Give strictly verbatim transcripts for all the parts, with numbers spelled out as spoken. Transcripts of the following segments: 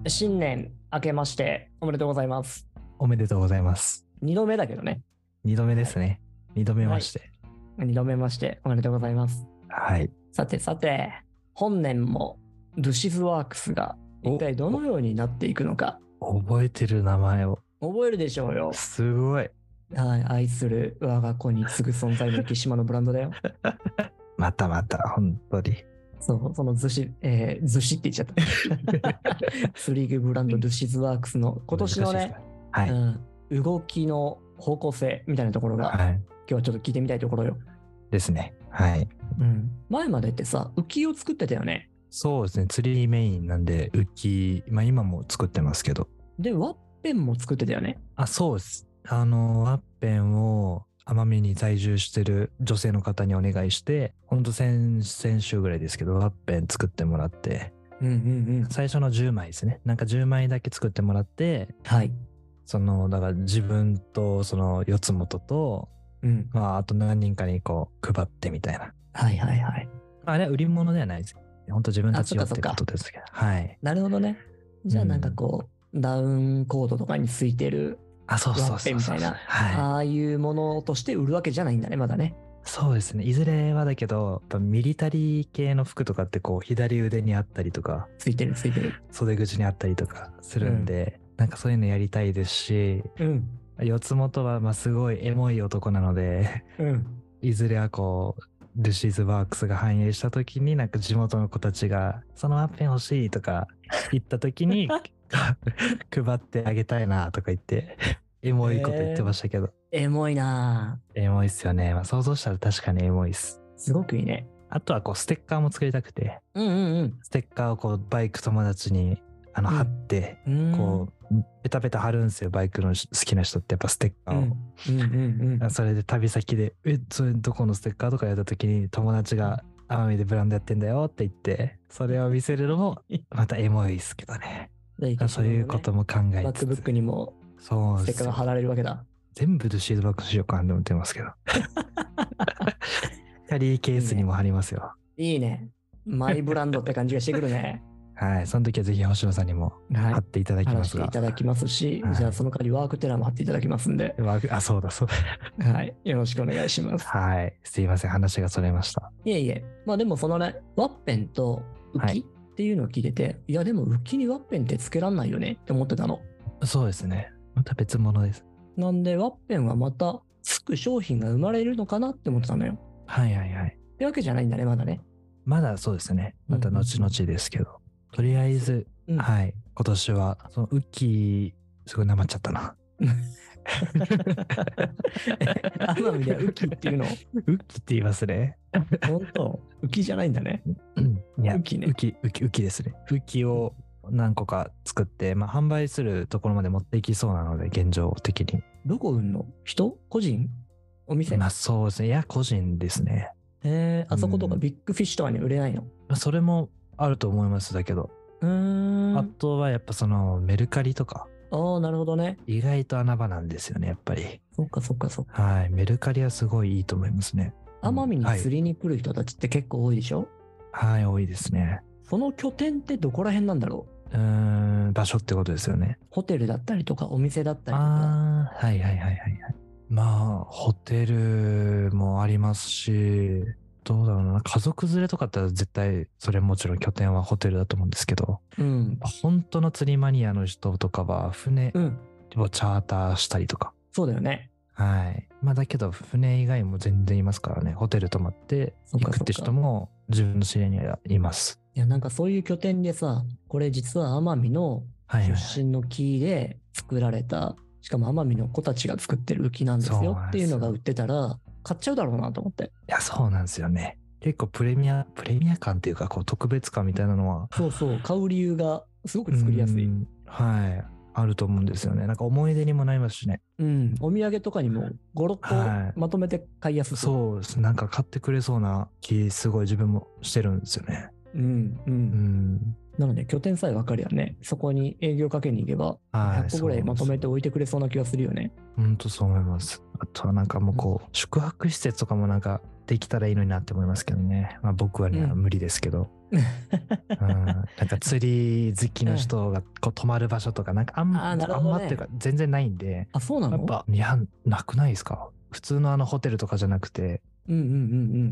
新年明けましておめでとうございます。 おめでとうございます。 にどめだけどね。 にどめですね。はい、にどめまして、 はい。にどめましておめでとうございます。 はい。 さてさて、本年もドゥシズワークスが一体どのようになっていくのか。 覚えてる名前を。 覚えるでしょうよ。 すごい。 はい、愛する我が子に次ぐ存在の池島のブランドだよ。 またまた、本当に。 そう、その寿司、えー、寿司って言っちゃった。スリーグブランドドゥシズワークスの今年のね、 はい、 うん、動きの方向性みたいなところが、はい、今日はちょっと聞いてみたいところよ。 ですね。はい。 うん、前までってさ、浮きを作ってたよね。 そうですね。釣りメインなんで浮き、まあ今も作ってますけど。 で、ワッペンも作ってたよね。 あ、そうです。あの、ワッペンを奄美に在住してる女性の方にお願いして、ほんと先、先週ぐらいですけど、ワッペン作ってもらって、 うんうんうん、 最初のじゅうまいですね。なんかじゅうまいだけ作ってもらって、 はい。 その、だから自分とその四つ元と、うん、まあ、あと何人かにこう配ってみたいな。 はいはいはい。 あれは売り物ではないです。本当自分たち用ってことですけど。はい。 なるほどね。じゃあなんかこう、うん、ダウンコードとかについてるワッペンみたいな、ああいうものとして売るわけじゃないんだね、まだね。 そうですね。いずれはだけど、やっぱミリタリー系の服とかってこう左腕にあったりとか、 ついてるついてる。 袖口にあったりとかするんで、うん、なんかそういうのやりたいですし、うん、四つ元はまあすごいエモい男なので、うん、いずれはこう、ドゥシーズワークスが繁栄した時になんか地元の子たちがそのワッペン欲しいとか言った時に配ってあげたいなとか言ってエモいこと言ってましたけど、 えー、エモいなぁ。エモいっすよね。まあ、想像したら確かにエモいっす。 すごくいいね。 あとはこうステッカーも作りたくて、 うんうんうん、 ステッカーをこうバイク友達にあの貼って、うん、こうペタペタ貼るんですよ。バイクの好きな人ってやっぱステッカーを、うんうんうん、それで旅先でえそれどこのステッカーとかやった時に友達が奄美でブランドやってんだよって言ってそれを見せるのもまたエモいっすけどね。ね、そういうことも考えつつ、 MacBook にもステッカーが貼られるわけだ。 全部でシードバックしようかなと思ってますけど。キャリーケースにも貼りますよ。 いいね。いいね、マイブランドって感じがしてくるね。 はい、その時はぜひ星野さんにも貼っていただきますが、 はい、貼らせていただきますし、はい、じゃあその代わりワークテラーも貼っていただきますんで、 ワーク、あ、そうだそうだ。はい、よろしくお願いします。 はい、すいません、話がそれました。 いえいえ、まあでもそのね、ワッペンと浮きっていうのを聞いてて、はい、いやでも浮きにワッペンってつけらんないよねって思ってたの。 そうですね。また別物です。 なんでワッペンはまたつく商品が生まれるのかなって思ってたのよ。 はいはいはい。 ってわけじゃないんだね、まだね。 まだそうですね。また後々ですけど。うんうんうん、とりあえず、うん、はい。今年は、そのウッキー、すごいなまっちゃったな。 奄美ではウキっていうの？ ウキって言いますね。 本当？ウキじゃないんだね。 いや、ウキね。ウキ、ウキ、ウキですね。ウキを何個か作って、まあ販売するところまで持っていきそうなので、現状的に。 どこ売んの？人？個人？お店？ まあそうですね。いや、個人ですね。 へえ、あそことかビッグフィッシュとかに売れないの？ うん、それもあると思いますだけど。 うーん。 あとはやっぱそのメルカリとか。 ああ、なるほどね。 意外と穴場なんですよね、やっぱり。 そっかそっかそっか。 はい。メルカリはすごいいいと思いますね。 奄美に釣りに来る人たちって結構多いでしょ？ はい、多いですね。 その拠点ってどこら辺なんだろう？うーん、場所ってことですよね。 ホテルだったりとか、お店だったりとか。 ああ、はいはいはいはいはい。まあ、ホテルもありますし、どうだろうな、家族連れとかだったら絶対、それもちろん拠点はホテルだと思うんですけど、うん、本当の釣りマニアの人とかは船をチャーターしたりとか。 そうだよね。 はい。まあだけど、船以外も全然いますからね。ホテル泊まって行くって人も自分の知り合いにはいます。 いや、なんかそういう拠点でさ、これ実は奄美の出身の木で作られた、はいはいはい、しかも奄美の子たちが作ってる浮きなんですよっていうのが売ってたら、買っちゃうだろうなと思って。いや、そうなんですよね。結構プレミア、プレミア感っていうか、こう特別感みたいなのは。 そうそう、買う理由がすごく作りやすい。 はい。あると思うんですよね。なんか思い出にもなりますしね。 うん。お土産とかにもご、ろっこまとめて買いやすそう。 そうです。なんか買ってくれそうな気、すごい自分もしてるんですよね。 うん、うん。うん。なので、拠点さえ分かりゃね、そこに営業かけに行けば、ひゃっこぐらいまとめて置いてくれそうな気がするよね。 本当そう思います。 あとはなんかもうこう、うん、宿泊施設とかもなんかできたらいいのになって思いますけどね。まあ僕はね、うん、無理ですけど。うん、なんか釣り好きの人がこう泊まる場所とかなんかあん、ね、あんまっていうか全然ないんで。 あ、そうなの？ やっぱ、いや、なくないですか？普通のあのホテルとかじゃなくて、 うんうんうんうん。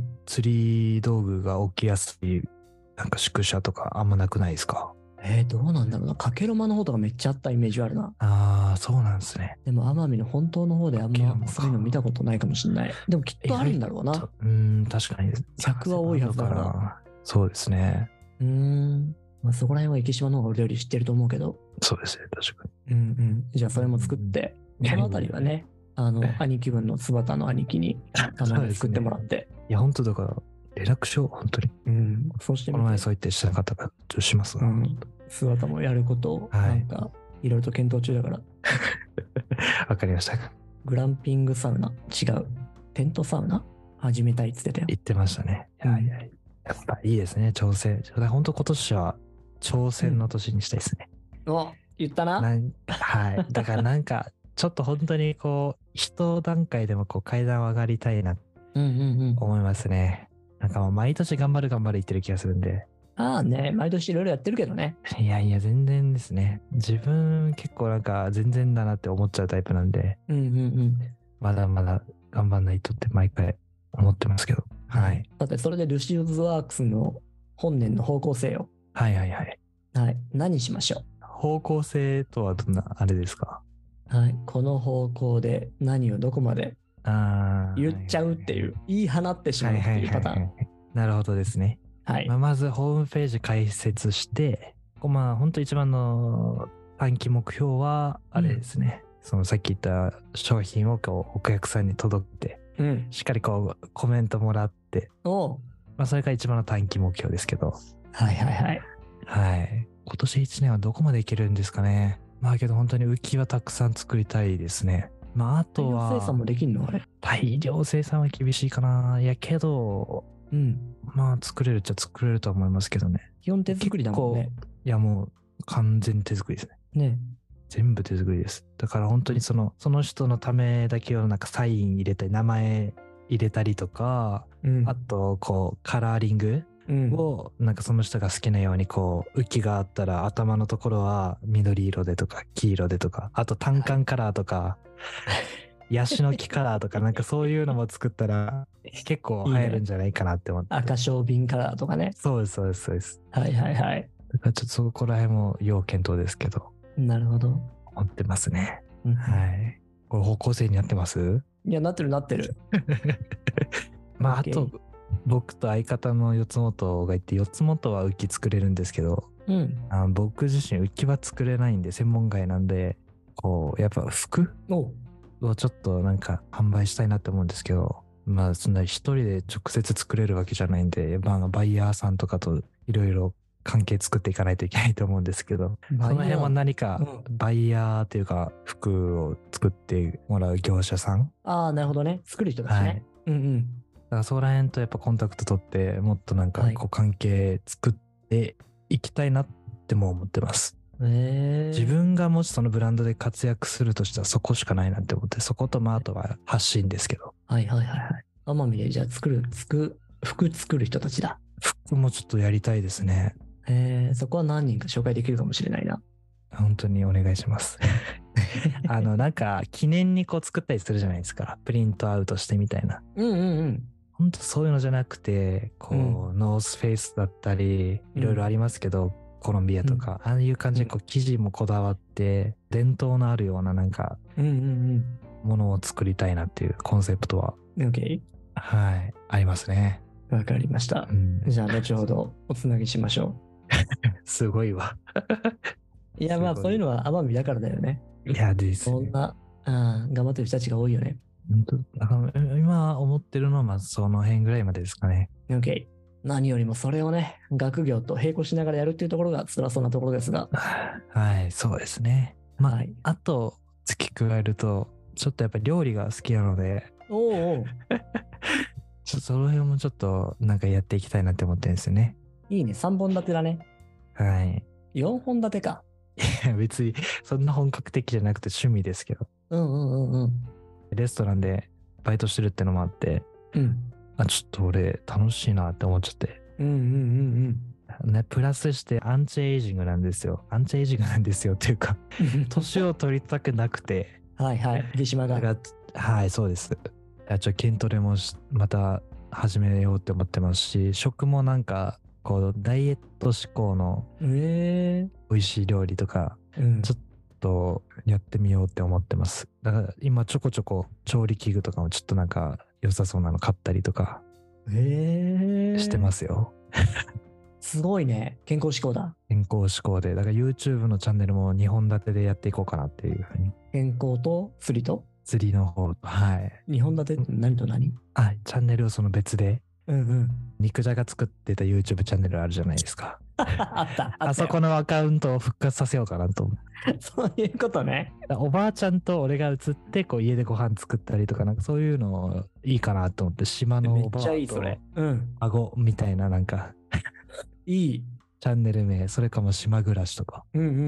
釣り道具が置きやすい、なんか宿舎とかあんまなくないですか？ えー、どうなんだろうな。かけろまの方とかめっちゃあったイメージあるな。 ああ、そうなんですね。 でも奄美の本当の方であんまそういうの見たことないかもしれない。でもきっとあるんだろうな。 うん、確かに。 客は多いはずだから。 そうですね。 うーん。まあ、そこら辺は池島の方が俺より知ってると思うけど。 そうですね、確かに。うんうん。じゃあそれも作って、うん、この辺りはね、あの、兄貴分の津端の兄貴に頼んで作ってもらって。ね、 いや、本当だから、連絡しよう、本当に。 うん。そうしてみて。 この前そう言ってしなかったから、ちょっとしますな。うん。 津端もやることを、なんか、いろいろと検討中だから。 わかりました。 グランピングサウナ、違う。テントサウナ始めたいって言ってたよ。 言ってましたね。いやいや、やっぱいいですね、挑戦。本当今年は挑戦の年にしたいですね。 うん、お、言ったな。 なんはい。だからなんか、ちょっと本当にこう、一段階でもこう階段を上がりたいな、思いますね。なんかもう毎年頑張る頑張る言ってる気がするんで。 ああね、毎年いろいろやってるけどね。 いやいや、全然ですね。自分結構なんか全然だなって思っちゃうタイプなんで、 うんうんうん、 まだまだ頑張んないとって毎回思ってますけど。はい。 だってそれでルシウズワークスの本年の方向性を。 はいはいはい。 はい。何しましょう。 方向性とはどんなあれですか？ はい。この方向で何をどこまで言っちゃうっていう、言い放ってしまうっていうパターン。 なるほどですね。 はい。 まあ、まずホームページ開設して、まあ本当一番の短期目標はあれですね。うん、そのさっき言った商品をこうお客さんに届けて、うん、しっかりこうコメントもらって、おまあそれが一番の短期目標ですけど。 はいはいはい。 はい。今年いちねんはどこまでいけるんですかね。まあけど本当に浮き輪たくさん作りたいですね。まああとは。 大量生産もできんのあれ。 大量生産は厳しいかな。いやけど、うん。まあ作れるっちゃ作れると思いますけどね。 基本手作りだもんね。 いやもう完全手作りですね。ね。全部手作りです。だから本当にその、その人のためだけをなんかサイン入れたり、名前入れたりとか、うん、あとこうカラーリングをなんかその人が好きなようにこう浮きがあったら頭のところは緑色でとか黄色でとか、あと単管カラーとか、はい、ヤシの木カラーとかなんかそういうのも作ったら結構流行るんじゃないかなって思って。いいね、 赤小瓶カラーとかね。 そうですそうですそうです。はいはいはい。 だからちょっとそこら辺も要検討ですけど。 なるほど。 思ってますね。うん、はい。これ方向性になってます？ いや、なってるなってる。 まあ、あと、僕と相方の四つ元がいて、四つ元は浮き作れるんですけど、うん、あ僕自身浮きは作れないんで、専門外なんで、こう、やっぱ服をちょっとなんか販売したいなって思うんですけど、まあ、そんな一人で直接作れるわけじゃないんで、まあ、バイヤーさんとかといろいろ関係作っていかないといけないと思うんですけど、その辺も何かバイヤーというか服を作ってもらう業者さん、 ああなるほどね、作る人だしね、はい、うんうん、 だからそこら辺とやっぱコンタクト取ってもっとなんかこう関係作っていきたいなっても思ってます。へ自分がもしそのブランドで活躍するとしたらそこしかないなって思って、そことまああとは発信ですけど。 はいはいはいはい。奄美でじゃあ作るつく服作る人たちだ。 服もちょっとやりたいですね。 えー、そこは何人か紹介できるかもしれないな。 本当にお願いします。あの、なんか、記念にこう作ったりするじゃないですか。プリントアウトしてみたいな。うんうんうん。本当そういうのじゃなくて、こう、うん、ノースフェイスだったり、いろいろありますけど、うん、コロンビアとか、うん、ああいう感じでこう、生地もこだわって、伝統のあるようななんか、うんうんうん、ものを作りたいなっていうコンセプトは、 OK? はい、ありますね。 わかりました。うん、じゃあ、後ほどおつなぎしましょう。 すごいわ。 いや、まあ、そういうのは奄美だからだよね。 いや、です、 ね。そんな、あ頑張ってる人たちが多いよね。 本当今思ってるのは、まずその辺ぐらいまでですかね。 OK。何よりもそれをね、学業と並行しながらやるっていうところが辛そうなところですが。 はい、そうですね。まあ、はい、あと、付け加えると、ちょっとやっぱり料理が好きなので、おうおうちょっとその辺もちょっとなんかやっていきたいなって思ってるんですよね。 いいね、さんぼん立てだね。 はい。 よんほん立てか。 いや、別にそんな本格的じゃなくて趣味ですけど。 うんうんうんうん。 レストランでバイトしてるってのもあって、うん、あ、ちょっと俺楽しいなって思っちゃって。うんうんうんうん。ね、プラスしてアンチエイジングなんですよ。アンチエイジングなんですよっていうか、年を取りたくなくて。はいはい、秀島が。はい、そうです。ちょ筋トレもまた始めようって思ってますし、食もなんかこうダイエット志向の美味しい料理とか、えー、ちょっとやってみようって思ってます。だから今ちょこちょこ調理器具とかもちょっとなんか良さそうなの買ったりとかしてますよ。えー、 すごいね。健康志向だ。 健康志向で、だから YouTube のチャンネルもにほん立てでやっていこうかなっていうふうに。 健康と釣りと釣りの方、はい。 にほん立てって何と何？ はい、チャンネルをその別で、うんうん、肉じゃが作ってた YouTube チャンネルあるじゃないですか。あった。あ, あそこのアカウントを復活させようかなと思う。そういうことね。 おばあちゃんと俺が映ってこう家でご飯作ったりとか、なんかそういうのいいかなと思って、島のおばあと孫みたいななんかいいチャンネル名、それかも島暮らしとか。うんうんうんうん。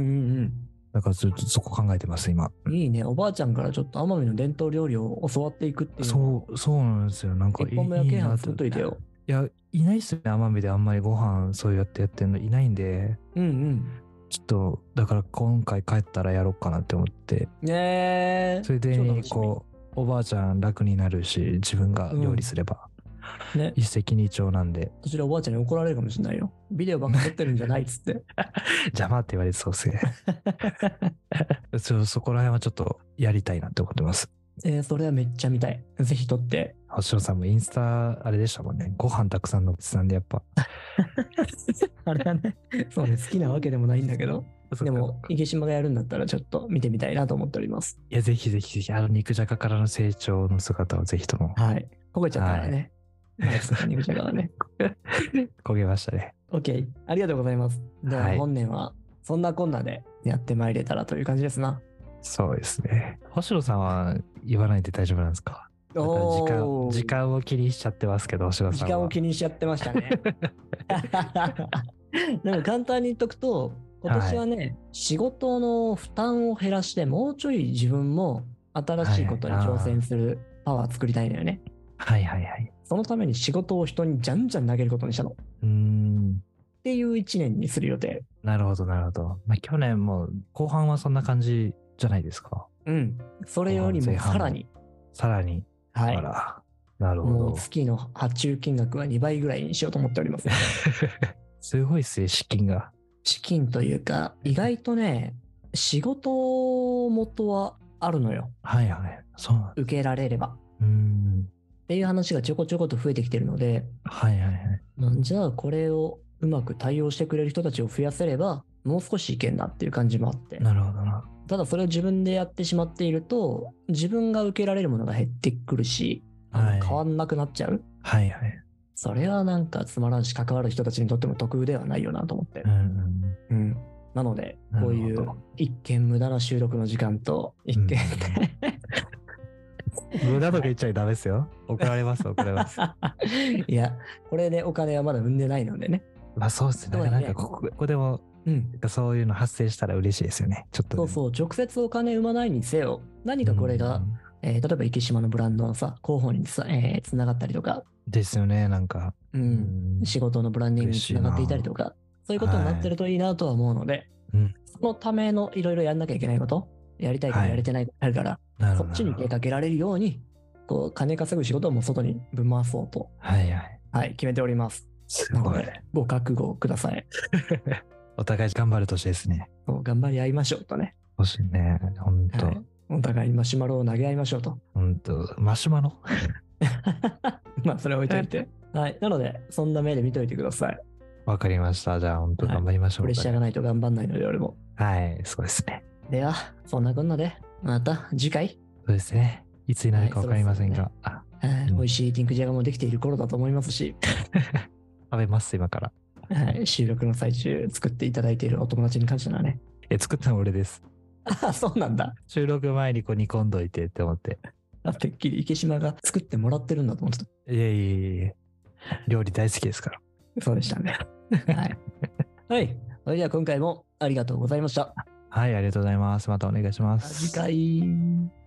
だからずっとそこ考えてます今。 いいね。おばあちゃんからちょっと奄美の伝統料理を教わっていくっていう。 そう、そうなんですよ。なんかいい一本目はケンハン作っといてよ。 いや、いないっすよね。奄美であんまりご飯そうやってやってるのいないんで。うんうん。ちょっと、だから今回帰ったらやろうかなって思って。ねえ。それで、こう、おばあちゃん楽になるし、自分が料理すれば。うん、ね。一石二鳥なんで。 そちらおばあちゃんに怒られるかもしれないよ。ビデオばっか撮ってるんじゃないっつって。 邪魔って言われてそうっすね。そ、そこら辺はちょっとやりたいなって思ってます。 えー、それはめっちゃ見たい。ぜひ撮って。 星野さんもインスタあれでしたもんね。ご飯たくさんのってたんでやっぱ。 あれはね、そうね、好きなわけでもないんだけど。でも、池島がやるんだったらちょっと見てみたいなと思っております。 いや、ぜひぜひぜひ、あの肉じゃがからの成長の姿をぜひとも。 はい。焦げちゃったからね。はい、肉じゃがはね。 焦げましたね。 OK。ありがとうございます。では、本年はそんなこんなでやってまいれたらという感じですな。 そうですね。星野さんは言わないで大丈夫なんですか？時間、時間を気にしちゃってますけど、星野さんは。 時間を気にしちゃってましたね。でも簡単に言っとくと、今年はね、はい、仕事の負担を減らして、もうちょい自分も新しいことに挑戦するパワー作りたいんだよね。 はいはいはい。 そのために仕事を人にじゃんじゃん投げることにしたの。うーん。っていう一年にする予定。 なるほどなるほど。まあ、去年も後半はそんな感じじゃないですか。 うん。それよりもさらに。 さらに。はい。あら。なるほど。もう月の発注金額はにばいぐらいにしようと思っております。 すごいっすね、資金が。 資金というか、意外とね、仕事元はあるのよ。 はいはい。そうなんです。 受けられれば。うーん。っていう話がちょこちょこと増えてきてるので、はいはいはい。じゃあこれをうまく対応してくれる人たちを増やせれば、もう少しいけんなっていう感じもあって。 なるほどな。 ただそれを自分でやってしまっていると、自分が受けられるものが減ってくるし、はい、変わんなくなっちゃう。はいはい。それはなんかつまらんし、関わる人たちにとっても得ではないよなと思って。うん、うんうん。なので、こういう一見無駄な収録の時間と、一見、 うん、無駄とか言っちゃダメですよ。怒られます、怒られます。 いや、これでお金はまだ生んでないのでね。 まあそうですね。なんかここ、ここでも、うん、そういうの発生したら嬉しいですよね。ちょっと。 そうそう、直接お金生まないにせよ、何かこれが、うん、えー、例えば池島のブランドのさ、広報にさ、えー、つながったりとか。 ですよね、なんか。 うん。うん、仕事のブランディングにつながっていたりとか、そういうことになってるといいなとは思うので、はい、うん、そのためのいろいろやんなきゃいけないこと、やりたいからやれてないことあるから、はい、そっちに手かけられるように、こう、金稼ぐ仕事をもう外にぶん回そうと。はいはい。はい、決めております。 すごい。 ご覚悟ください。 お互い頑張る年ですね。 頑張り合いましょうとね。 欲しいね。ほんと、はい。 お互いにマシュマロを投げ合いましょうと。 ほんと、マシュマロまあ、それ置いといて。はい。なので、そんな目で見といてください。 わかりました。じゃあ、ほんと頑張りましょう、 はい。プレッシャーがないと頑張んないので、俺も。 はい、そうですね。 では、そんなこんなで、また次回。 そうですね。いつになるかわかりませんが。 はいね、美味しいティンクジャガもできている頃だと思いますし。 食べます、今から。 はい、収録の最中作っていただいているお友達に関してはね。 え、作ったの俺です。 あ、そうなんだ。 収録前にこう煮込んどいてって思って。 あ、てっきり池島が作ってもらってるんだと思ってた。 いやいやいや料理大好きですから。 そうでしたね。はい。はい。それでは今回もありがとうございました。 はい、ありがとうございます。またお願いします。 次回。